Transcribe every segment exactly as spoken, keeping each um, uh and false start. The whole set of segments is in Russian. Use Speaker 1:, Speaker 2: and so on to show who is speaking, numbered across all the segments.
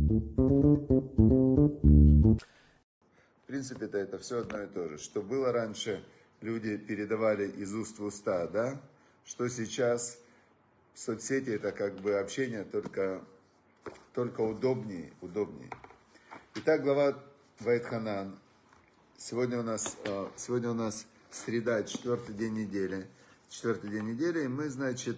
Speaker 1: В принципе-то это все одно и то же. Что было раньше, люди передавали из уст в уста, да? Что сейчас соцсети это как бы общение только, только удобнее, удобнее. Итак, глава Ваэт-Ханан. Сегодня у нас, сегодня у нас среда, четвертый день недели. Четвертый день недели, и мы, значит,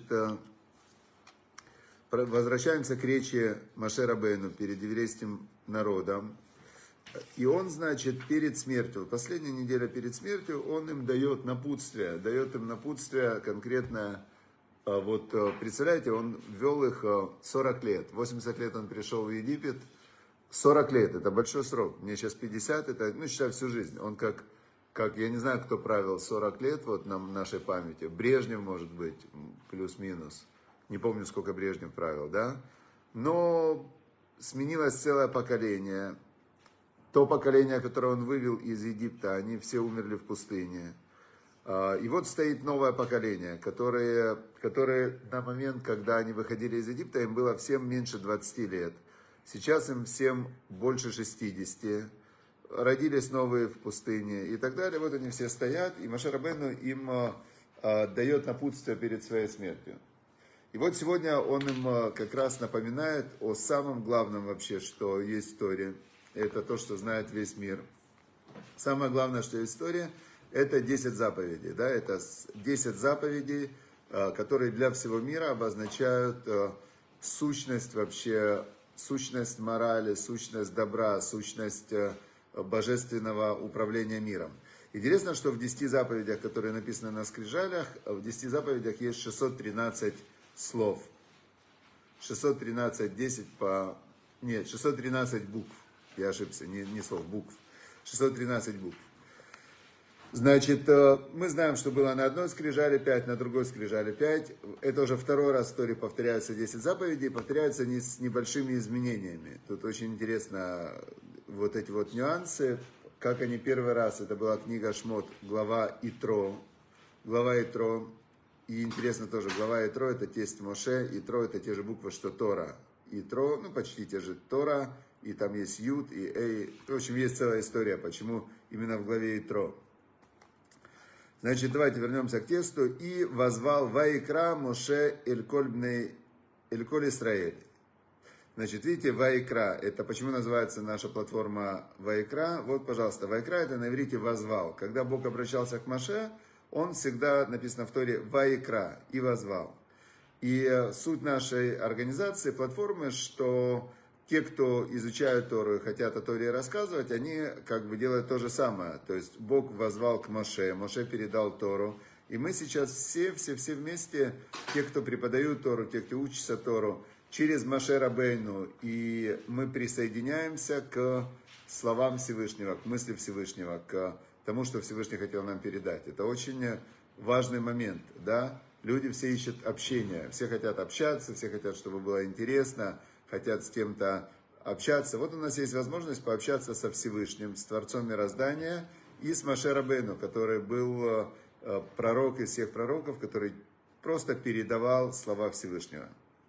Speaker 1: возвращаемся к речи Моше Рабейну перед еврейским народом. И он, значит, перед смертью, последняя неделя перед смертью, он им дает напутствие, дает им напутствие конкретно. Вот, представляете, он вел их сорок лет, восемьдесят лет он пришел в Египет, сорок лет, это большой срок, мне сейчас пятьдесят, это, ну, считай, всю жизнь. Он как, как, я не знаю, кто правил сорок лет, вот на нашей памяти, Брежнев, может быть, плюс-минус, не помню, сколько Брежнев правил, да, но сменилось целое поколение, то поколение, которое он вывел из Египта, они все умерли в пустыне. И вот стоит новое поколение, которое, которое на момент, когда они выходили из Египта, им было всем меньше двадцати лет. Сейчас им всем больше шестидесяти. Родились новые в пустыне и так далее. Вот они все стоят, и Моше Рабейну им дает напутствие перед своей смертью. И вот сегодня он им как раз напоминает о самом главном вообще, что есть в Торе. Это то, что знает весь мир. Самое главное, что есть в Торе, это десять заповедей. Да? Это десять заповедей, которые для всего мира обозначают сущность вообще, сущность морали, сущность добра, сущность божественного управления миром. Интересно, что в десяти заповедях, которые написаны на скрижалях, в десяти заповедях есть шестьсот тринадцать слов. шестьсот тринадцать, десять по... Нет, шестьсот тринадцать букв. Я ошибся, не, не слов, букв. шестьсот тринадцать букв. Значит, мы знаем, что было на одной скрижале пять, на другой скрижале пять. Это уже второй раз в Торе повторяются десять заповедей, повторяются не с небольшими изменениями. Тут очень интересно вот эти вот нюансы, как они первый раз, это была книга Шмот, глава Итро. Глава Итро. И интересно тоже, глава Итро это тесть Моше, Итро это те же буквы, что Тора. Итро, ну почти те же Тора, и там есть Юд, и Эй. В общем, есть целая история, почему именно в главе Итро. Значит, давайте вернемся к тексту. И возвал Ваикра Моше Эль-Коль Исраэль. Значит, видите, Ваикра, это почему называется наша платформа Ваикра. Вот, пожалуйста, Ваикра это на иврите возвал. Когда Бог обращался к Моше, он всегда, написано в Торе, Ваикра, и возвал. И суть нашей организации, платформы, что те, кто изучают Тору и хотят о Торе рассказывать, они как бы делают то же самое. То есть Бог воззвал к Моше, Моше передал Тору. И мы сейчас все, все, все вместе, те, кто преподают Тору, те, кто учится Тору, через Моше Рабейну. И мы присоединяемся к словам Всевышнего, к мысли Всевышнего, к тому, что Всевышний хотел нам передать. Это очень важный момент, да? Люди все ищут общения, все хотят общаться, все хотят, чтобы было интересно, хотят с кем-то общаться. Вот у нас есть возможность пообщаться со Всевышним, с Творцом мироздания и с Моше Рабейну, который был пророк из всех пророков, который просто передавал слова Всевышнего.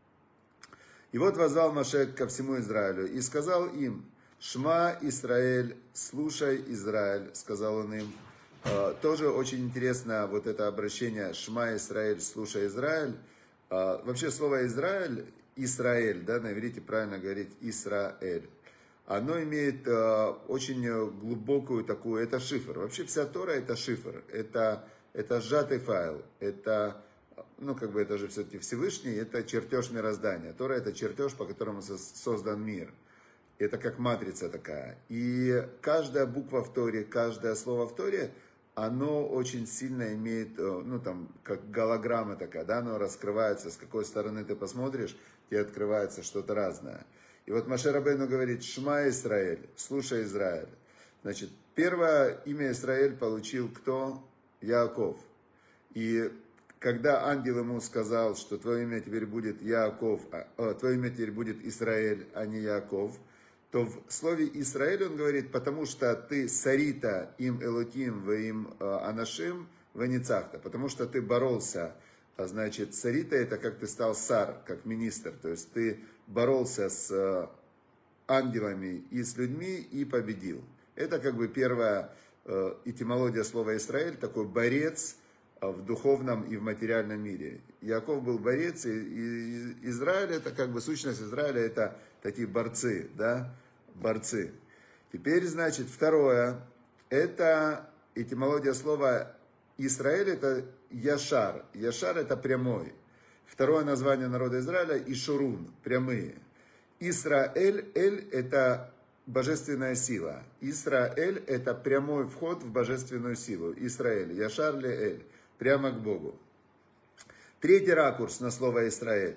Speaker 1: И вот воззвал Моше ко всему Израилю и сказал им: «Шма Исраэль, слушай, Израиль», сказал он им. Тоже очень интересно вот это обращение «Шма Исраэль, слушай, Израиль». Вообще слово «Израиль», Исраэль, да, на иврите правильно говорить Исраэль, оно имеет очень глубокую такую, это шифр. Вообще вся Тора это шифр, это, это сжатый файл, это, ну как бы это же все-таки Всевышний, это чертеж мироздания. Тора это чертеж, по которому создан мир. Это как матрица такая. И каждая буква в Торе, каждое слово в Торе, оно очень сильно имеет, ну там, как голограмма такая, да, оно раскрывается, с какой стороны ты посмотришь, тебе открывается что-то разное. И вот Моше Рабейну говорит: «Шма Исраэль, слушай, Израиль». Значит, первое имя Израиль получил кто? Яаков. И когда ангел ему сказал, что твое имя теперь будет Яаков, а, твое имя теперь будет Исраэль, а не Яаков, то в слове Исраэль он говорит: потому что ты сарита им элоким в им анашим ваницахта, потому что ты боролся. А значит, сарита это как ты стал сар, как министр, то есть ты боролся с ангелами и с людьми и победил. Это как бы первая э, этимология слова Израиль, такой борец в духовном и в материальном мире. Яков был борец, и, и Израиль, это как бы сущность Израиля, это такие борцы, да, борцы. Теперь, значит, второе, это этимология слова Израиль, это Яшар. Яшар это прямой. Второе название народа Израиля Ишурун, прямые. Исраэль, Эль это божественная сила. Исраэль это прямой вход в божественную силу. Исраэль, Яшар ле Эль, прямо к Богу. Третий ракурс на слово Израиль.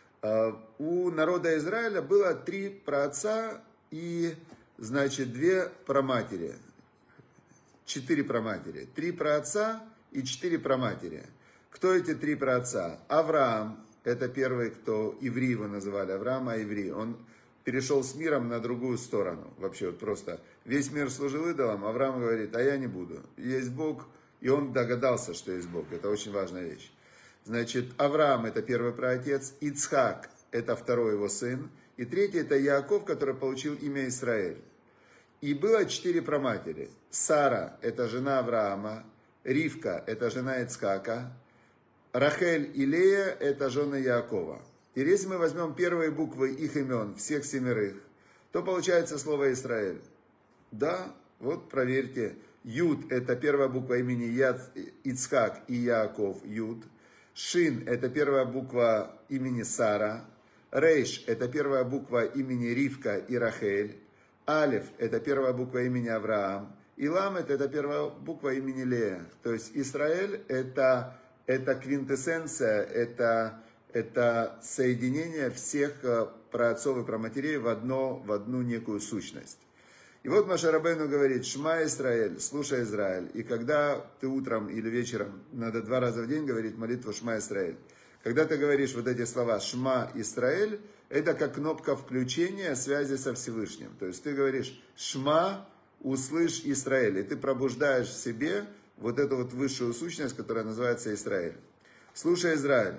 Speaker 1: У народа Израиля было три праотца и, значит, две праматери. Четыре праматери. Три праотца и четыре праматери. Кто эти три праотца? Авраам, это первый, кто, иври его называли, Авраам, а иври. Он перешел с миром на другую сторону. Вообще вот просто весь мир служил идолам, Авраам говорит, а я не буду. Есть Бог, и он догадался, что есть Бог. Это очень важная вещь. Значит, Авраам это первый праотец, Ицхак это второй его сын, и третий это Яаков, который получил имя Израиль. И было четыре праматери. Сара это жена Авраама, Ривка это жена Ицхака, Рахель и Лея это жены Яакова. И если мы возьмем первые буквы их имен, всех семерых, то получается слово Израиль. Да, вот проверьте. Юд это первая буква имени Ицхак и Яаков, Юд. Шин это первая буква имени Сара. Рейш это первая буква имени Ривка и Рахель. Алеф это первая буква имени Авраам. И Ламет это первая буква имени Лея. То есть Израиль это, это квинтэссенция, это, это соединение всех праотцов и праматерей в, одно, в одну некую сущность. И вот Моше Рабейну говорит, Шма Израиль, слушай Израиль. И когда ты утром или вечером, надо два раза в день говорить молитву Шма Израиль. Когда ты говоришь вот эти слова Шма Израиль, это как кнопка включения связи со Всевышним. То есть ты говоришь Шма, услышь Израиль. И ты пробуждаешь в себе вот эту вот высшую сущность, которая называется Израиль. Слушай Израиль.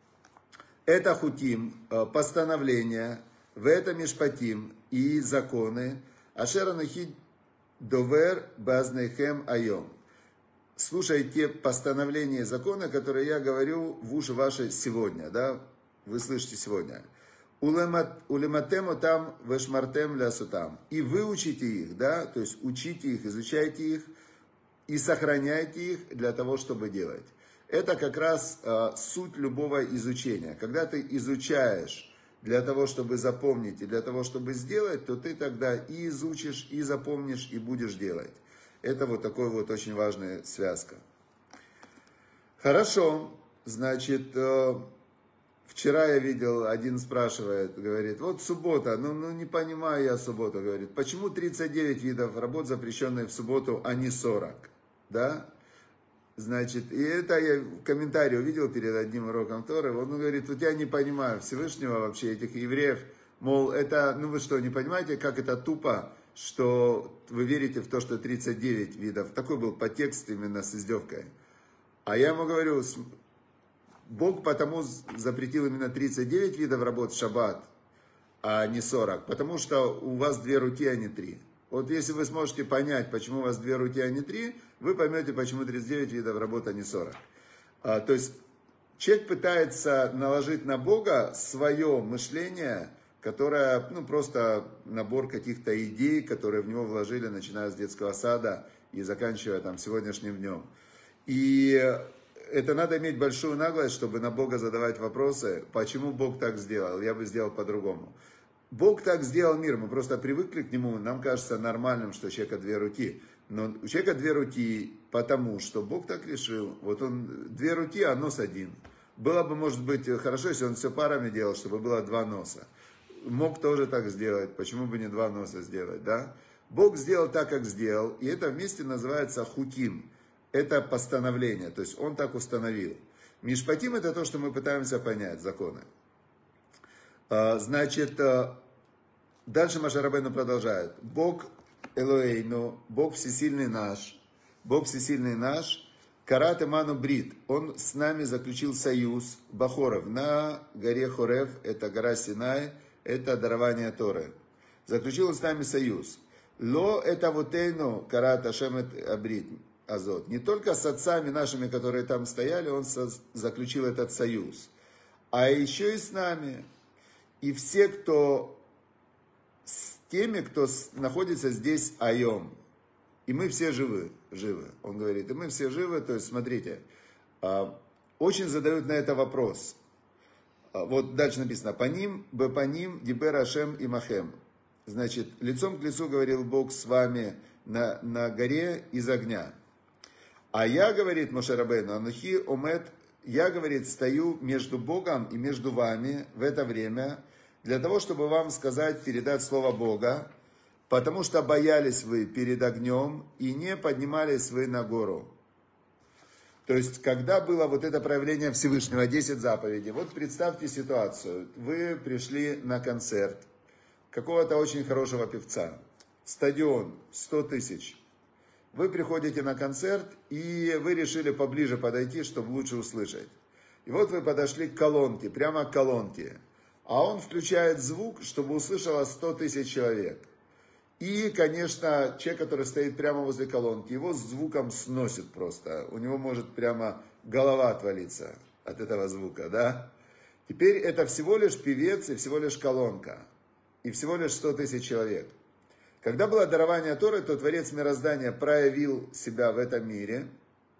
Speaker 1: Это хутим, постановления, в это мишпатим и законы, Ашер анахи довер базнехем айом. Слушайте постановления и законы, которые я говорю в уши ваши сегодня, да, вы слышите сегодня. Улематему там вешмартем лясутам. И выучите их, да, то есть учите их, изучайте их и сохраняйте их для того, чтобы делать. Это как раз э, суть любого изучения. Когда ты изучаешь для того, чтобы запомнить и для того, чтобы сделать, то ты тогда и изучишь, и запомнишь, и будешь делать. Это вот такая вот очень важная связка. Хорошо, значит, вчера я видел, один спрашивает, говорит, вот суббота, ну, ну не понимаю я субботу, говорит, почему тридцать девять видов работ, запрещенные в субботу, а не сорок, да? Значит, и это я комментарий увидел перед одним уроком Торы, он говорит, вот я не понимаю Всевышнего вообще, этих евреев, мол, это, ну вы что, не понимаете, как это тупо, что вы верите в то, что тридцать девять видов, такой был подтекст именно с издевкой. А я ему говорю, Бог потому запретил именно тридцать девять видов работ в шаббат, а не сорок, потому что у вас две руки, а не три. Вот если вы сможете понять, почему у вас две руки, а не три, вы поймете, почему тридцать девять видов работ, а не сорок. А, то есть человек пытается наложить на Бога свое мышление, которое, ну, просто набор каких-то идей, которые в него вложили, начиная с детского сада и заканчивая там сегодняшним днем. И это надо иметь большую наглость, чтобы на Бога задавать вопросы, почему Бог так сделал, я бы сделал по-другому. Бог так сделал мир, мы просто привыкли к нему, нам кажется нормальным, что у человека две руки. Но у человека две руки, потому что Бог так решил. Вот он, две руки, а нос один. Было бы, может быть, хорошо, если он все парами делал, чтобы было два носа. Мог тоже так сделать, почему бы не два носа сделать, да? Бог сделал так, как сделал, и это вместе называется хуким. Это постановление, то есть он так установил. Мишпатим это то, что мы пытаемся понять, законы. Значит, дальше Моше Рабейну продолжает. Бог Элоэйну, Бог всесильный наш, Бог всесильный наш, Карат Эману Брит, Он с нами заключил союз Бахоров на горе Хорев, это гора Синай, это дарование Торы. заключил с нами союз. Ло это вотейну карат ашем эт абрит азот. Не только с отцами нашими, которые там стояли, он со- заключил этот союз, а еще и с нами. И все, кто с теми, кто с- находится здесь айом. И мы все живы, живы. Он говорит, и мы все живы. То есть, смотрите, а, очень задают на это вопрос. А, вот дальше написано, паним, бепаним, дибер ашем и махем. Значит, лицом к лицу говорил Бог с вами на, на горе из огня. А я, говорит Моше Рабейну, анухи омет, я, говорит, стою между Богом и между вами в это время, для того, чтобы вам сказать, передать слово Бога, потому что боялись вы перед огнем и не поднимались вы на гору. То есть, когда было вот это проявление Всевышнего, десять заповедей, вот представьте ситуацию, вы пришли на концерт какого-то очень хорошего певца, стадион, сто тысяч. Вы приходите на концерт, и вы решили поближе подойти, чтобы лучше услышать. И вот вы подошли к колонке, прямо к колонке. А он включает звук, чтобы услышало сто тысяч человек. И, конечно, человек, который стоит прямо возле колонки, его с звуком сносит просто. У него может прямо голова отвалиться от этого звука, да? Теперь это всего лишь певец и всего лишь колонка. И всего лишь сто тысяч человек. Когда было дарование Торы, то Творец мироздания проявил себя в этом мире.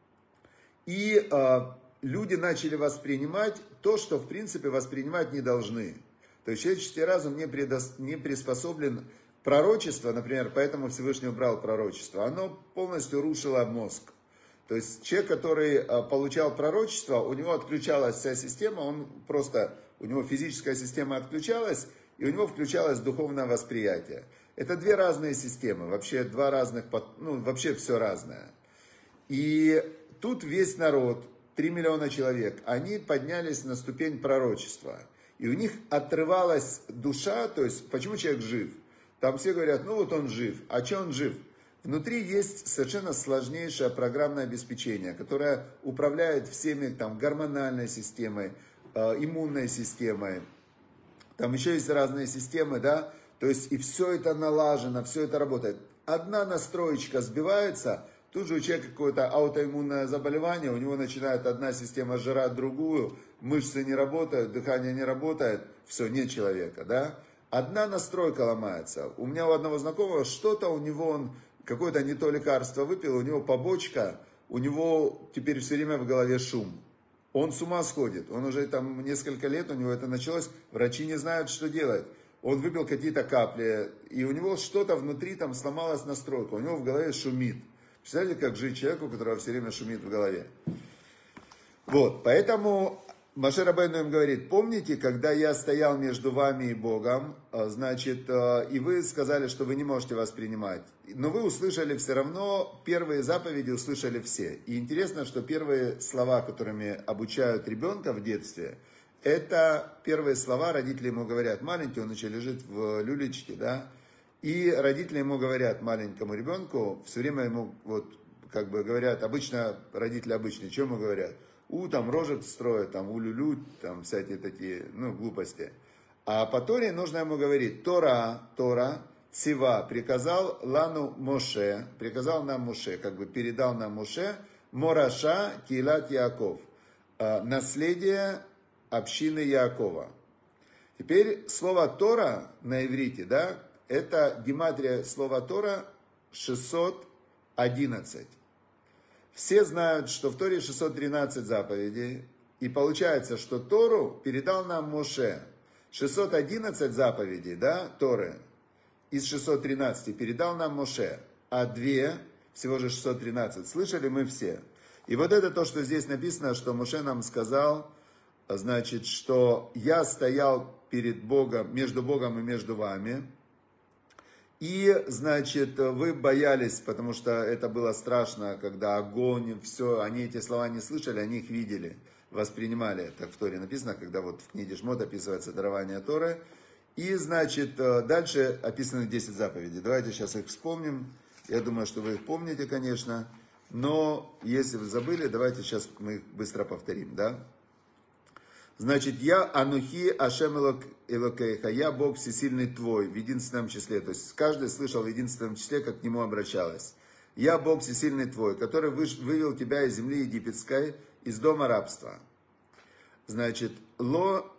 Speaker 1: И э, люди начали воспринимать то, что в принципе воспринимать не должны. То есть человеческий разум не, предос... не приспособлен к пророчеству, например, поэтому Всевышний убрал пророчество. Оно полностью рушило мозг. То есть человек, который э, получал пророчество, у него отключалась вся система, он просто, у него физическая система отключалась, и у него включалось духовное восприятие. Это две разные системы, вообще два разных, ну вообще все разное. И тут весь народ, три миллиона человек, они поднялись на ступень пророчества. И у них отрывалась душа, то есть почему человек жив? Там все говорят, ну вот он жив. А что он жив? Внутри есть совершенно сложнейшее программное обеспечение, которое управляет всеми там гормональной системой, э, иммунной системой. Там еще есть разные системы, да, то есть и все это налажено, все это работает. Одна настроечка сбивается, тут же у человека какое-то аутоиммунное заболевание, у него начинает одна система жрать другую, мышцы не работают, дыхание не работает, все, нет человека, да. Одна настройка ломается. У меня у одного знакомого что-то у него, он какое-то не то лекарство выпил, у него побочка, у него теперь все время в голове шум. Он с ума сходит, он уже там несколько лет, у него это началось, врачи не знают, что делать. Он выпил какие-то капли, и у него что-то внутри там сломалась настройка, у него в голове шумит. Представляете, как жить человеку, у которого все время шумит в голове? Вот, поэтому Моше Рабейну им говорит, помните, когда я стоял между вами и Богом, значит, и вы сказали, что вы не можете воспринимать, но вы услышали все равно, первые заповеди услышали все. И интересно, что первые слова, которыми обучают ребенка в детстве, это первые слова, родители ему говорят, маленький, он еще лежит в люлечке, да, и родители ему говорят, маленькому ребенку, все время ему, вот, как бы говорят, обычно, родители обычные, что ему говорят? У, там, рожек строят, там, улюлю, там, всякие такие, ну, глупости. А по Торе нужно ему говорить, Тора, Тора, Цива, приказал Лану Моше, приказал нам Моше, как бы передал нам Моше, Мораша Килат Яаков, наследие общины Яакова. Теперь слово Тора на иврите, да, это гематрия слова Тора шестьсот одиннадцать. Все знают, что в Торе шестьсот тринадцать заповедей, и получается, что Тору передал нам Моше. шестьсот одиннадцать заповедей, да, Торы, из шестисот тринадцати передал нам Моше, а две, всего же шестьсот тринадцать, слышали мы все. И вот это то, что здесь написано, что Моше нам сказал, значит, что я стоял перед Богом, между Богом и между вами, и, значит, вы боялись, потому что это было страшно, когда огонь, все, они эти слова не слышали, они их видели, воспринимали. Так в Торе написано, когда вот в книге Шмот описывается дарование Торы. И, значит, дальше описаны десять заповедей. Давайте сейчас их вспомним. Я думаю, что вы их помните, конечно. Но, если вы забыли, давайте сейчас мы их быстро повторим, да? Значит, я Анухи Ашем Элокейха, я Бог всесильный твой, в единственном числе. То есть каждый слышал в единственном числе, как к нему обращалась. Я Бог всесильный твой, который вывел тебя из земли египетской, из дома рабства. Значит, ло,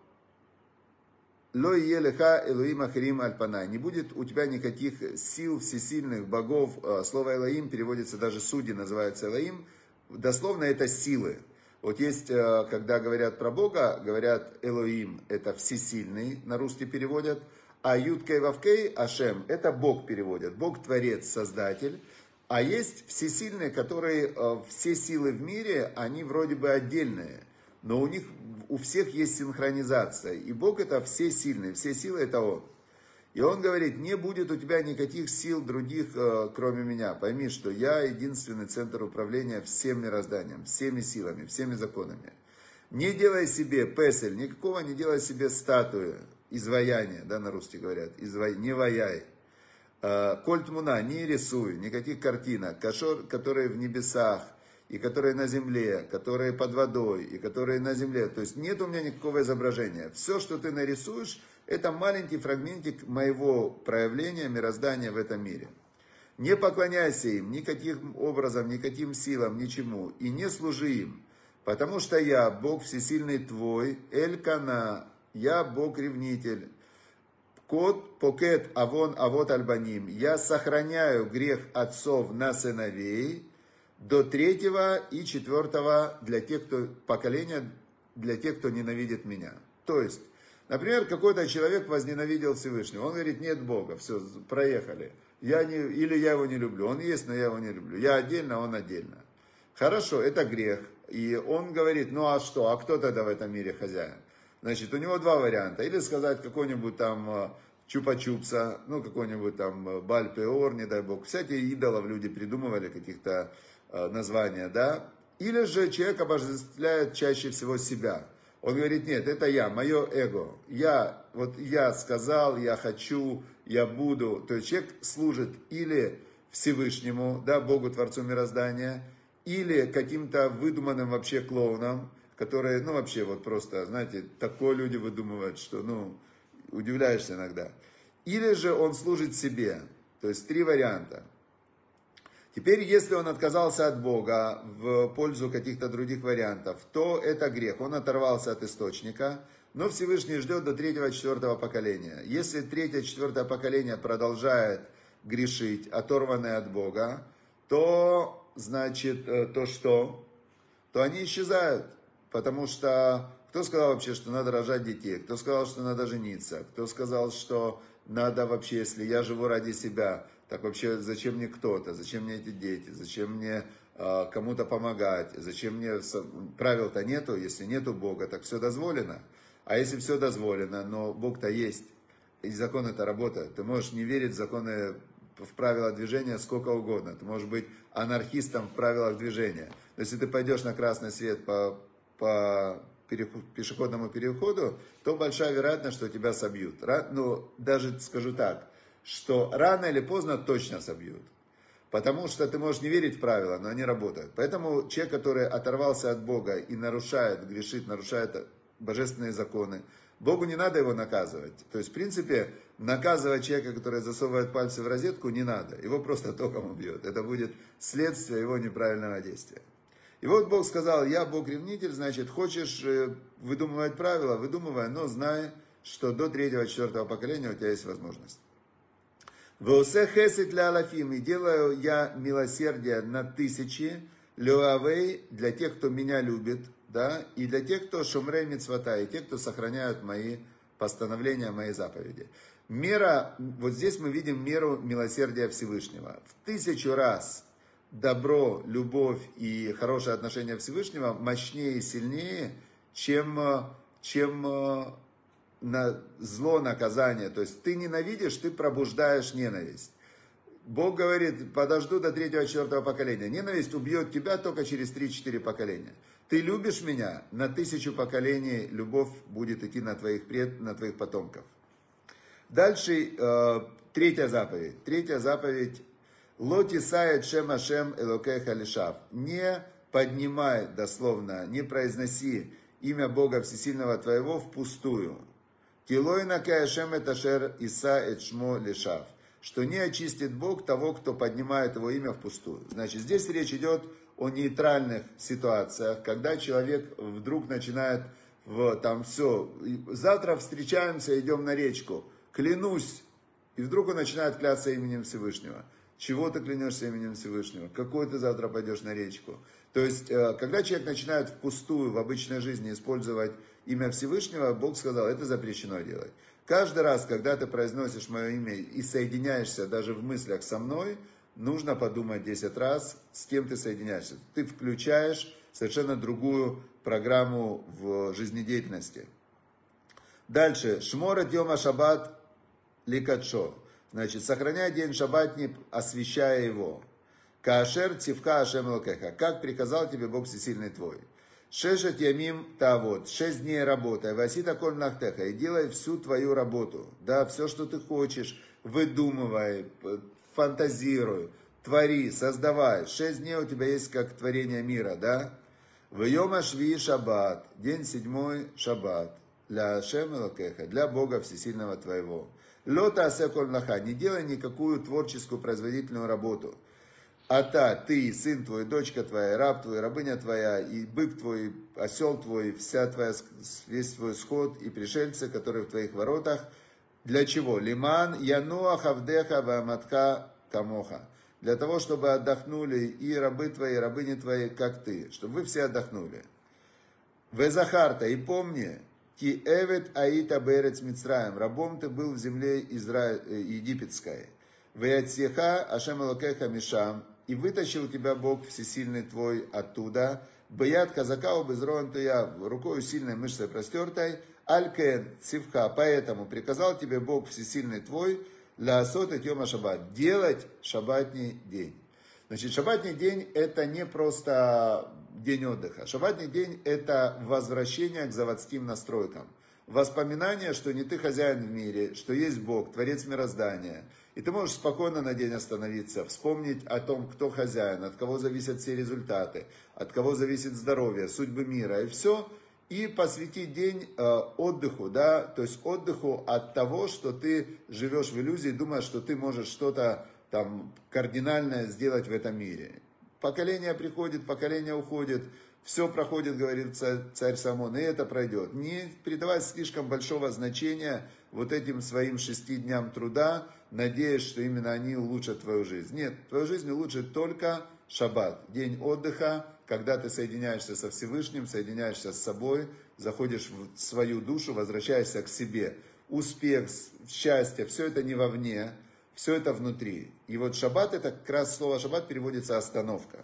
Speaker 1: ло елеха Элоим Ахирим Альпанай. Не будет у тебя никаких сил всесильных богов. Слово Элоим переводится даже судьи, называется Элоим. Дословно это силы. Вот есть, когда говорят про Бога, говорят Элоим, это всесильный, на русский переводят, а Юдкей Вавкей, Ашем, это Бог переводят, Бог Творец, Создатель. А есть всесильные, которые, все силы в мире, они вроде бы отдельные, но у них, у всех есть синхронизация. И Бог это всесильный, все силы это Он. И Он говорит, не будет у тебя никаких сил других, кроме меня. Пойми, что я единственный центр управления всем мирозданием, всеми силами, всеми законами. Не делай себе песель, никакого не делай себе статуи, изваяния, да, на русский говорят, извай, не ваяй. Кольтмуна, не рисуй, никаких картинок, кашор, которые в небесах, и которые на земле, которые под водой, и которые на земле. То есть нет у меня никакого изображения. Все, что ты нарисуешь, это маленький фрагментик моего проявления, мироздания в этом мире. Не поклоняйся им никаким образом, никаким силам, ничему. И не служи им. Потому что я, Бог всесильный твой, Эль-Кана, я Бог-ревнитель. Кот, покет, авон, авот альбаним. Я сохраняю грех отцов на сыновей до третьего и четвертого для тех, кто поколения, для тех, кто ненавидит меня. То есть, например, какой-то человек возненавидел Всевышнего. Он говорит, нет Бога, все, проехали. Я не, или я его не люблю. Он есть, но я его не люблю. Я отдельно, он отдельно. Хорошо, это грех. И он говорит, ну а что, а кто тогда в этом мире хозяин? Значит, у него два варианта. Или сказать какой-нибудь там чупа-чупса, ну какой-нибудь там Баль-Пеор, не дай бог. Всякие идолов люди придумывали, каких-то э, названия, да. Или же человек обожествляет чаще всего себя. Он говорит, нет, это я, мое эго. Я, вот я сказал, я хочу, я буду. То есть человек служит или Всевышнему, да, Богу, Творцу мироздания, или каким-то выдуманным вообще клоунам, которые, ну вообще вот просто, знаете, такое люди выдумывают, что, ну, удивляешься иногда. Или же он служит себе. То есть три варианта. Теперь, если он отказался от Бога в пользу каких-то других вариантов, то это грех. Он оторвался от источника, но Всевышний ждет до третьего-четвертого поколения. Если третье-четвертое поколение продолжает грешить, оторванное от Бога, то, значит, то что? То они исчезают. Потому что кто сказал вообще, что надо рожать детей? Кто сказал, что надо жениться? Кто сказал, что надо вообще, если я живу ради себя, так вообще зачем мне кто-то? Зачем мне эти дети? Зачем мне э, кому-то помогать? Зачем мне... Правил-то нету, если нету Бога, так все дозволено. А если все дозволено, но Бог-то есть, и законы-то работают. Ты можешь не верить в законы, в правила движения сколько угодно. Ты можешь быть анархистом в правилах движения. Но если ты пойдешь на красный свет по... по пешеходному переходу, то большая вероятность, что тебя собьют. Ну, даже скажу так, что рано или поздно точно собьют. Потому что ты можешь не верить в правила, но они работают. Поэтому человек, который оторвался от Бога и нарушает, грешит, нарушает божественные законы, Богу не надо его наказывать. То есть, в принципе, наказывать человека, который засовывает пальцы в розетку, не надо. Его просто током убьет. Это будет следствие его неправильного действия. И вот Бог сказал, я Бог-ревнитель, значит, хочешь выдумывать правила, выдумывай, но знай, что до третьего-четвертого поколения у тебя есть возможность. Веосе хесед ля алафим, и делаю я милосердие на тысячи, леавей, для тех, кто меня любит, да, и для тех, кто шумрей мицвата, и тех, кто сохраняют мои постановления, мои заповеди. Мера, вот здесь мы видим меру милосердия Всевышнего. В тысячу раз добро, любовь и хорошее отношение Всевышнего мощнее и сильнее, чем, чем на зло наказание. То есть ты ненавидишь, ты пробуждаешь ненависть. Бог говорит, подожду до третьего-четвертого поколения. Ненависть убьет тебя только через три-четыре поколения. Ты любишь меня, на тысячу поколений любовь будет идти на твоих, пред, на твоих потомков. Дальше э, третья заповедь. Третья заповедь. Лоти сает шем ашем элокеха лишав. Не поднимай, дословно, не произноси имя Бога Всесильного твоего впустую. Тилой накаяшем эташер иса эчмо лешав. Что не очистит Бог того, кто поднимает его имя впустую. Значит, здесь речь идет о нейтральных ситуациях, когда человек вдруг начинает, в, там, все, завтра встречаемся, идем на речку, клянусь, и вдруг он начинает клясться именем Всевышнего. Чего ты клянешься именем Всевышнего? Какой ты завтра пойдешь на речку? То есть, когда человек начинает впустую в обычной жизни использовать имя Всевышнего, Бог сказал, это запрещено делать. Каждый раз, когда ты произносишь мое имя и соединяешься даже в мыслях со мной, нужно подумать десять раз, с кем ты соединяешься. Ты включаешь совершенно другую программу в жизнедеятельности. Дальше. Шморет йома шаббат ликатшо. Значит, сохраняй день шаббатний, освящая его. Каашер цивка ашем элокеха. Как приказал тебе Бог Всесильный твой. Шешет ямим тавод, шесть дней работай, васита коль нахтеха, и делай всю твою работу, да, все, что ты хочешь, выдумывай, фантазируй, твори, создавай. Шесть дней у тебя есть как творение мира, да. В йома шви шаббат, день седьмой шаббат, для Ашем элокеха, для Бога Всесильного твоего. Лота асе коль наха, не делай никакую творческую производительную работу. А та, ты, сын твой, дочка твоя, раб твой, рабыня твоя, и бык твой, осел твой, вся твоя, весь твой скот и пришельцы, которые в твоих воротах. Для чего? Лиман януа хавдеха ваматка камоха. Для того, чтобы отдохнули и рабы твои, и рабыни твои, как ты. Чтобы вы все отдохнули. Везахарта, и помни, ки эвет аита берец мицраем. Рабом ты был в земле Изра... египетской. Веятсеха ашем элокеха мишам. И вытащил тебя Бог Всесильный твой оттуда, бьят казакау безроан туя, рукою сильной мышцей простертой, алькен цивха, поэтому приказал тебе Бог Всесильный твой, ля асот эт йома шаббат, делать шаббатний день. Значит, шаббатний день это не просто день отдыха, шаббатний день это возвращение к заводским настройкам. Воспоминание, что не ты хозяин в мире, что есть Бог, Творец мироздания. И ты можешь спокойно на день остановиться, вспомнить о том, кто хозяин, от кого зависят все результаты, от кого зависит здоровье, судьбы мира и все. И посвятить день э, отдыху, да, то есть отдыху от того, что ты живешь в иллюзии, думаешь, что ты можешь что-то там кардинальное сделать в этом мире. Поколение приходит, поколение уходит. Все проходит, говорит царь, царь Соломон, и это пройдет. Не придавать слишком большого значения вот этим своим шести дням труда, надеясь, что именно они улучшат твою жизнь. Нет, твою жизнь улучшит только шаббат, день отдыха, когда ты соединяешься со Всевышним, соединяешься с собой, заходишь в свою душу, возвращаешься к себе. Успех, счастье, все это не вовне, все это внутри. И вот шаббат, это как раз слово шаббат переводится остановка.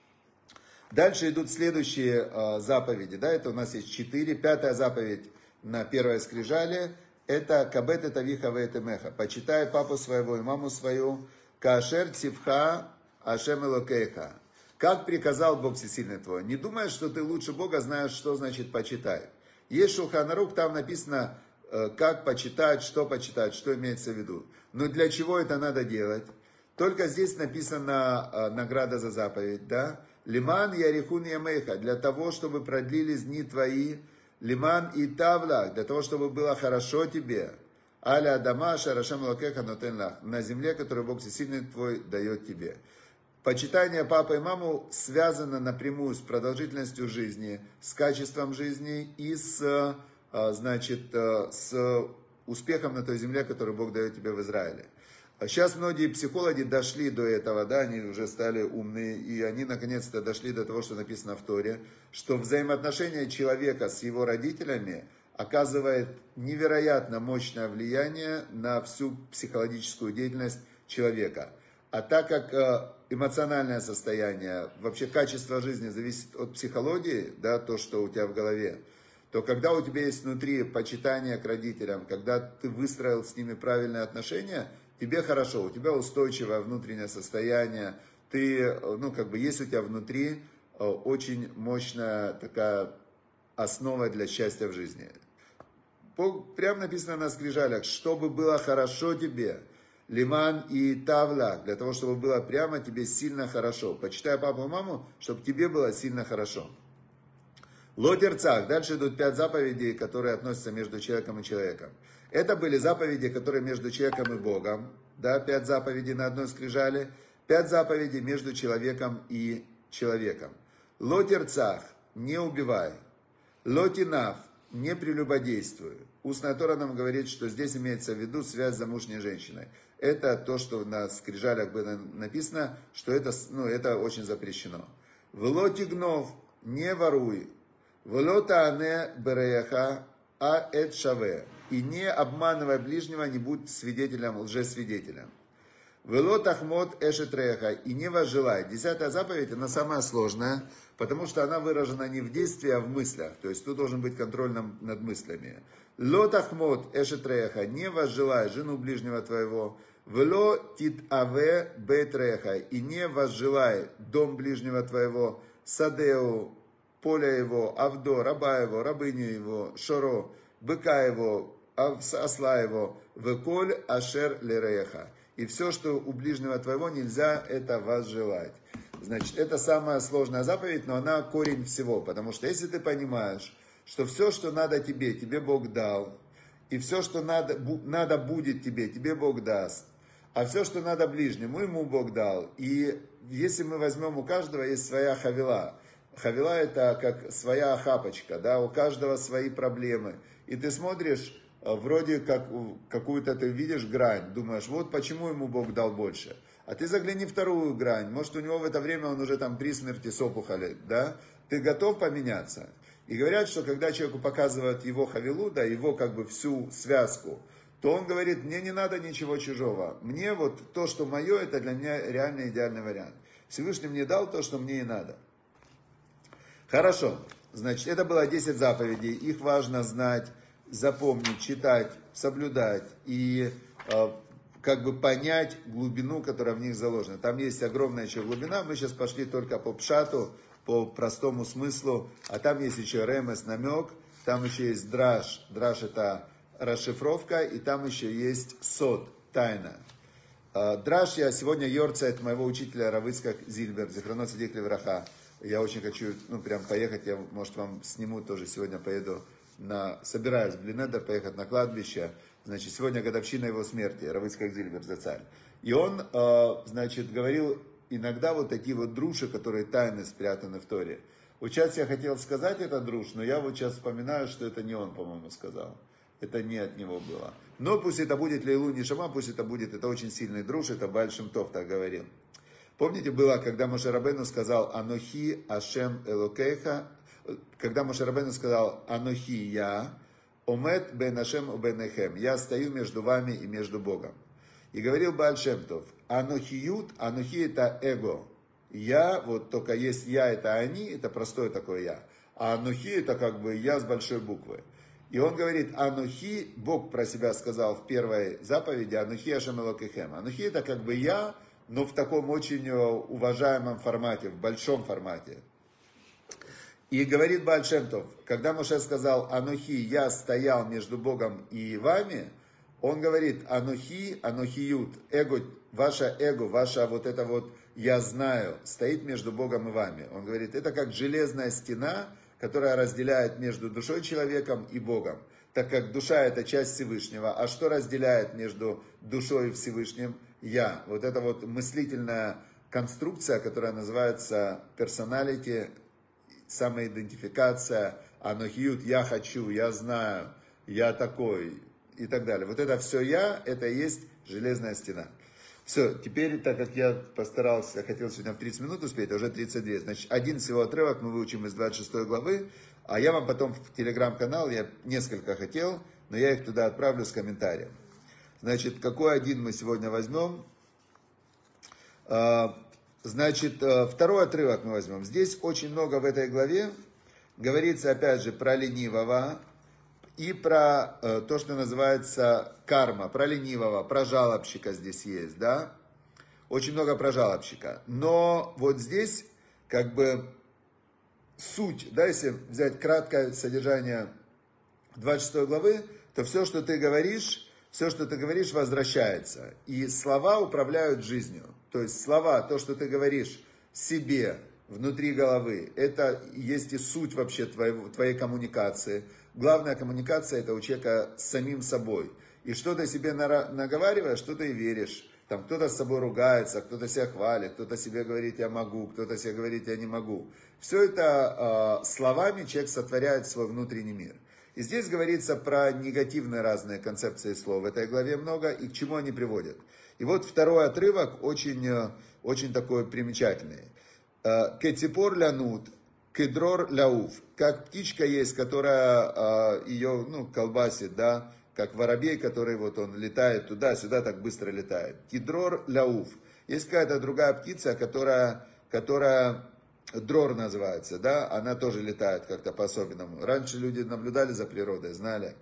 Speaker 1: Дальше идут следующие э, заповеди, да, это у нас есть четыре. Пятая заповедь на первой скрижали, это кабет это виха веэтемеха, почитай папу своего и маму свою, каашер цивха ашем элокейха. Как приказал Бог Всесильный твой. Не думай, что ты лучше Бога знаешь, что значит почитай. Есть Шулхан Арух, там написано, э, как почитать, что почитать, что имеется в виду. Но для чего это надо делать? Только здесь написана э, награда за заповедь, да? Лиман ярихун ямейха, для того, чтобы продлились дни твои. Лиман и тавла, для того, чтобы было хорошо тебе. Аля адама шарашам лакеха нотен лах, на земле, которую Бог Всесильный твой дает тебе. Почитание папы и маму связано напрямую с продолжительностью жизни, с качеством жизни и с, значит, с успехом на той земле, которую Бог дает тебе в Израиле. Сейчас многие психологи дошли до этого, да, они уже стали умные, и они наконец-то дошли до того, что написано в Торе, что взаимоотношения человека с его родителями оказывает невероятно мощное влияние на всю психологическую деятельность человека. А так как эмоциональное состояние, вообще качество жизни зависит от психологии, да, то, что у тебя в голове, то когда у тебя есть внутри почитание к родителям, когда ты выстроил с ними правильные отношения, тебе хорошо, у тебя устойчивое внутреннее состояние, ты, ну, как бы есть у тебя внутри очень мощная такая основа для счастья в жизни. Прямо написано на скрижалях, чтобы было хорошо тебе, лиман и тавла, для того, чтобы было прямо тебе сильно хорошо. Почитай папу и маму, чтобы тебе было сильно хорошо. Лотерцах. Дальше идут пять заповедей, которые относятся между человеком и человеком. Это были заповеди, которые между человеком и Богом. Да, пять заповедей на одной скрижали. Пять заповедей между человеком и человеком. Лотерцах. Не убивай. Лотинав. Не прелюбодействуй. Устная Тора нам говорит, что здесь имеется в виду связь с замужней женщиной. Это то, что на скрижалях было написано, что это, ну, это очень запрещено. Влотигнов. Не воруй. Влотаане береяха а эт шаве. И не обманывай ближнего, не будь свидетелем, лжесвидетелем. Влотахмот эшетреха. И не возжелай. Десятая заповедь, она самая сложная, потому что она выражена не в действии, а в мыслях. То есть тут должен быть контроль над мыслями. Лотахмот эшетреха. Не возжелай жену ближнего твоего. Вло тит аве бетреха. И не возжелай дом ближнего твоего. Садеу. Поле его, авдо, раба его, рабыню его, шоро, быка его, осла его, веколь ашер лереха. И все, что у ближнего твоего, нельзя это возжелать. Значит, это самая сложная заповедь, но она корень всего. Потому что если ты понимаешь, что все, что надо тебе, тебе Бог дал. И все, что надо, надо будет тебе, тебе Бог даст. А все, что надо ближнему, ему Бог дал. И если мы возьмем, у каждого есть своя хавила. Хавила это как своя охапочка, да, у каждого свои проблемы. И ты смотришь, вроде как какую-то ты видишь грань, думаешь, вот почему ему Бог дал больше. А ты загляни вторую грань, может у него в это время он уже там при смерти с опухолью, да. Ты готов поменяться? И говорят, что когда человеку показывают его хавилу, да, его как бы всю связку, то он говорит, мне не надо ничего чужого. Мне вот то, что мое, это для меня реально идеальный вариант. Всевышний мне дал то, что мне и надо. Хорошо, значит, это было десять заповедей, их важно знать, запомнить, читать, соблюдать и э, как бы понять глубину, которая в них заложена. Там есть огромная еще глубина, мы сейчас пошли только по пшату, по простому смыслу, а там есть еще ремес, намек, там еще есть драш, драш это расшифровка, и там еще есть сод, тайна. Э, драш я сегодня йорцайт моего учителя Рав Ицхак Зильбер, зихронот цадик левраха. Я очень хочу, ну, прям поехать, я, может, вам сниму тоже, сегодня поеду на, собираюсь в Блинедер поехать на кладбище, значит, сегодня годовщина его смерти, Рав Ицхак Зильбер зацаль. И он, э, значит, говорил иногда вот такие вот друши, которые тайны спрятаны в Торе. Вот сейчас я хотел сказать этот друш, но я вот сейчас вспоминаю, что это не он, по-моему, сказал. Это не от него было. Но пусть это будет Лейлу Нишама, пусть это будет, это очень сильный друш, это Бааль Шем Тов так говорил. Помните, было, когда Моше Рабейну сказал «Анохи Ашем Элокейха», когда Моше Рабейну сказал «Анохи я, омет бен Ашем бен Эхем», «Я стою между вами и между Богом». И говорил Бааль Шем Тов, «Анохиют», «Анохи» это эго. Я, вот только есть я, это они, это простое такое я. А «Анохи» это как бы я с большой буквы. И он говорит, «Анохи», Бог про себя сказал в первой заповеди, «Анохи Ашем Элокейхем». «Анохи» это как бы я, но в таком очень уважаемом формате, в большом формате. И говорит Бааль Шем Тов, когда Моше сказал «Анохи, я стоял между Богом и вами», он говорит «Анохи, анохиют», эго, ваше эго, ваше вот это вот «я знаю» стоит между Богом и вами. Он говорит, это как железная стена, которая разделяет между душой человеком и Богом. Так как душа это часть Всевышнего, а что разделяет между душой и Всевышним? Я. Вот это вот мыслительная конструкция, которая называется персоналити, самоидентификация, анохиют, я хочу, я знаю, я такой и так далее. Вот это все я, это и есть железная стена. Все, теперь, так как я постарался, хотел сегодня в тридцать минут успеть, а уже тридцать две, значит, один всего отрывок мы выучим из двадцать шестой главы, а я вам потом в телеграм-канал, я несколько хотел, но я их туда отправлю с комментарием. Значит, какой один мы сегодня возьмем? Значит, второй отрывок мы возьмем. Здесь очень много в этой главе говорится, опять же, про ленивого и про то, что называется карма, про ленивого, про жалобщика здесь есть, да? Очень много про жалобщика. Но вот здесь, как бы, суть, да, если взять краткое содержание двадцать шестой главы, то все, что ты говоришь, все, что ты говоришь, возвращается. И слова управляют жизнью. То есть слова, то, что ты говоришь себе, внутри головы. Это есть и суть вообще твоей, твоей коммуникации. Главная коммуникация это у человека с самим собой. И что ты себе наговариваешь, что ты и веришь. Там кто-то с собой ругается, кто-то себя хвалит, кто-то себе говорит «я могу», кто-то себе говорит «я не могу». Все это э, словами человек сотворяет свой внутренний мир. И здесь говорится про негативные разные концепции слов. В этой главе много и к чему они приводят. И вот второй отрывок очень, очень такой примечательный. «Кетипор лянут, кедрор ляуф». Как птичка есть, которая э, ее ну, колбасит, да, как воробей, который вот он летает туда-сюда, так быстро летает. Кедрор ляуф. Есть какая-то другая птица, которая, которая дрор называется, да, она тоже летает как-то по-особенному. Раньше люди наблюдали за природой, знали.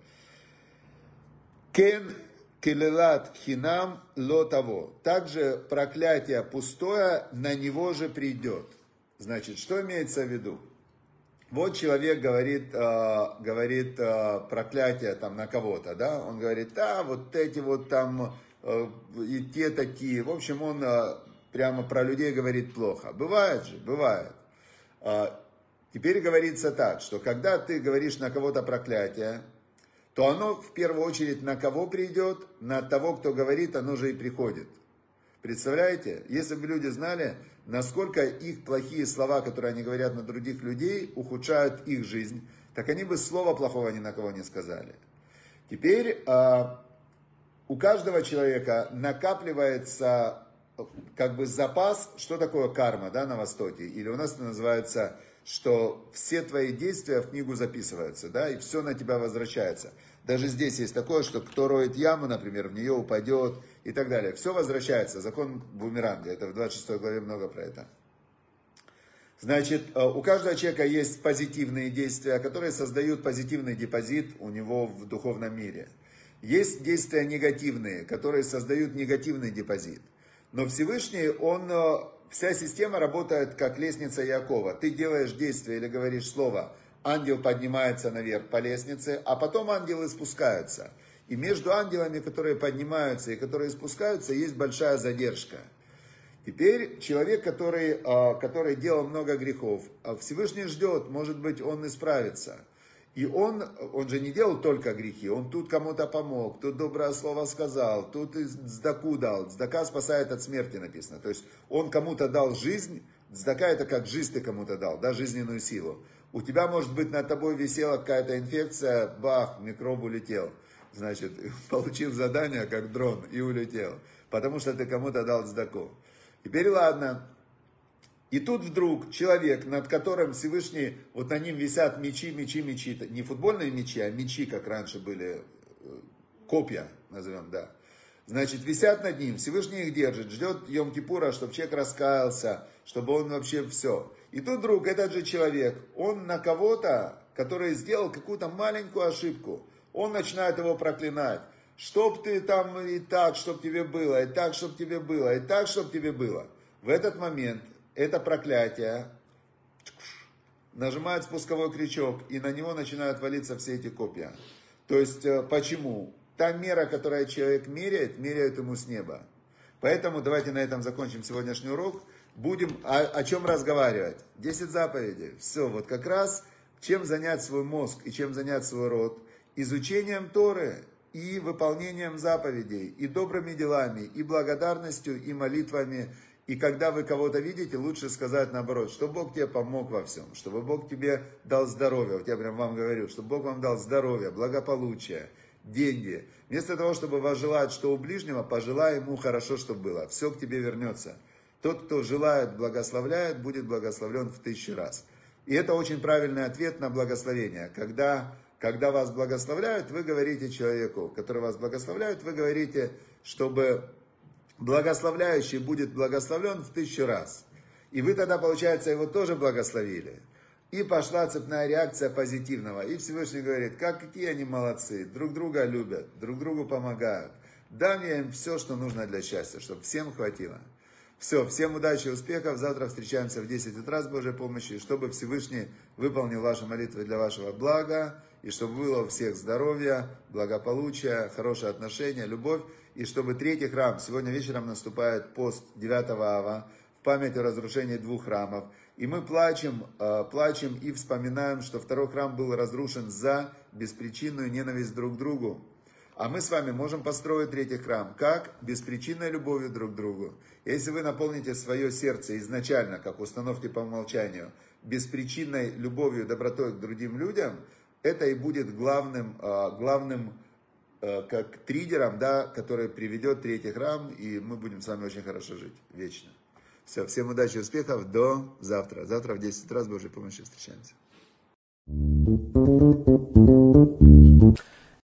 Speaker 1: Кен келелат хинам ло того. Также проклятие пустое на него же придет. Значит, что имеется в виду? Вот человек говорит, э, говорит э, проклятие там на кого-то, да, он говорит, да, вот эти вот там э, и те такие, в общем, он э, прямо про людей говорит плохо. Бывает же, бывает. Э, теперь говорится так, что когда ты говоришь на кого-то проклятие, то оно в первую очередь на кого придет, на того, кто говорит, оно же и приходит. Представляете? Если бы люди знали, насколько их плохие слова, которые они говорят на других людей, ухудшают их жизнь, так они бы слова плохого ни на кого не сказали. Теперь э, у каждого человека накапливается как бы запас, что такое карма, да, на Востоке, или у нас это называется, что все твои действия в книгу записываются, да, и все на тебя возвращается. Даже здесь есть такое, что кто роет яму, например, в нее упадет и так далее. Все возвращается. Закон бумеранга. Это в двадцать шестой главе много про это. Значит, у каждого человека есть позитивные действия, которые создают позитивный депозит у него в духовном мире. Есть действия негативные, которые создают негативный депозит. Но Всевышний, он, вся система работает как лестница Якова. Ты делаешь действие или говоришь слово, ангел поднимается наверх по лестнице, а потом ангелы спускаются. И между ангелами, которые поднимаются и которые спускаются, есть большая задержка. Теперь человек, который, который делал много грехов, Всевышний ждет, может быть, он исправится. И он, он же не делал только грехи, он тут кому-то помог, тут доброе слово сказал, тут и цдаку дал. Цдака спасает от смерти, написано. То есть он кому-то дал жизнь, цдака это как жизнь ты кому-то дал, да, жизненную силу. У тебя, может быть, над тобой висела какая-то инфекция, бах, микроб улетел. Значит, получил задание, как дрон, и улетел. Потому что ты кому-то дал цдаку. Теперь ладно. И тут вдруг человек, над которым Всевышний, вот на ним висят мечи, мечи, мечи. Не футбольные мечи, а мечи, как раньше были, копья, назовем, да. Значит, висят над ним, Всевышний их держит, ждет Йом-Кипура, чтобы человек раскаялся, чтобы он вообще все. И тут вдруг этот же человек, он на кого-то, который сделал какую-то маленькую ошибку, он начинает его проклинать. Чтоб ты там и так, чтоб тебе было, и так, чтоб тебе было, и так, чтоб тебе было. В этот момент это проклятие нажимает спусковой крючок, и на него начинают валиться все эти копья. То есть, почему? Та мера, которую человек меряет, меряют ему с неба. Поэтому давайте на этом закончим сегодняшний урок. Будем о, о чем разговаривать. Десять заповедей. Все, вот как раз чем занять свой мозг и чем занять свой род. Изучением Торы и выполнением заповедей, и добрыми делами, и благодарностью, и молитвами. И когда вы кого-то видите, лучше сказать наоборот, что Бог тебе помог во всем, чтобы Бог тебе дал здоровье. Вот я прям вам говорю, чтобы Бог вам дал здоровье, благополучие, деньги. Вместо того, чтобы вас желать, что у ближнего, пожелай ему хорошо, чтобы было. Все к тебе вернется. Тот, кто желает, благословляет, будет благословлен в тысячу раз. И это очень правильный ответ на благословение. Когда, когда вас благословляют, вы говорите человеку, который вас благословляет, вы говорите, чтобы благословляющий будет благословлен в тысячу раз. И вы тогда, получается, его тоже благословили. И пошла цепная реакция позитивного. И Всевышний говорит, как какие они молодцы, друг друга любят, друг другу помогают. Дам я им все, что нужно для счастья, чтобы всем хватило. Все, всем удачи и успехов. Завтра встречаемся в десять утра с Божьей помощью. Чтобы Всевышний выполнил ваши молитвы для вашего блага. И чтобы было у всех здоровья, благополучия, хорошие отношения, любовь. И чтобы третий храм, сегодня вечером наступает пост девятого ава. память о разрушении двух храмов. И мы плачем, плачем и вспоминаем, что второй храм был разрушен за беспричинную ненависть друг к другу. А мы с вами можем построить третий храм. Как? Беспричинной любовью друг к другу. Если вы наполните свое сердце изначально, как установки по умолчанию, беспричинной любовью, добротой к другим людям, это и будет главным, главным как триггером, да, который приведет третий храм, и мы будем с вами очень хорошо жить вечно. Все, всем удачи и успехов, до завтра. Завтра в десять утра с Божьей помощью встречаемся.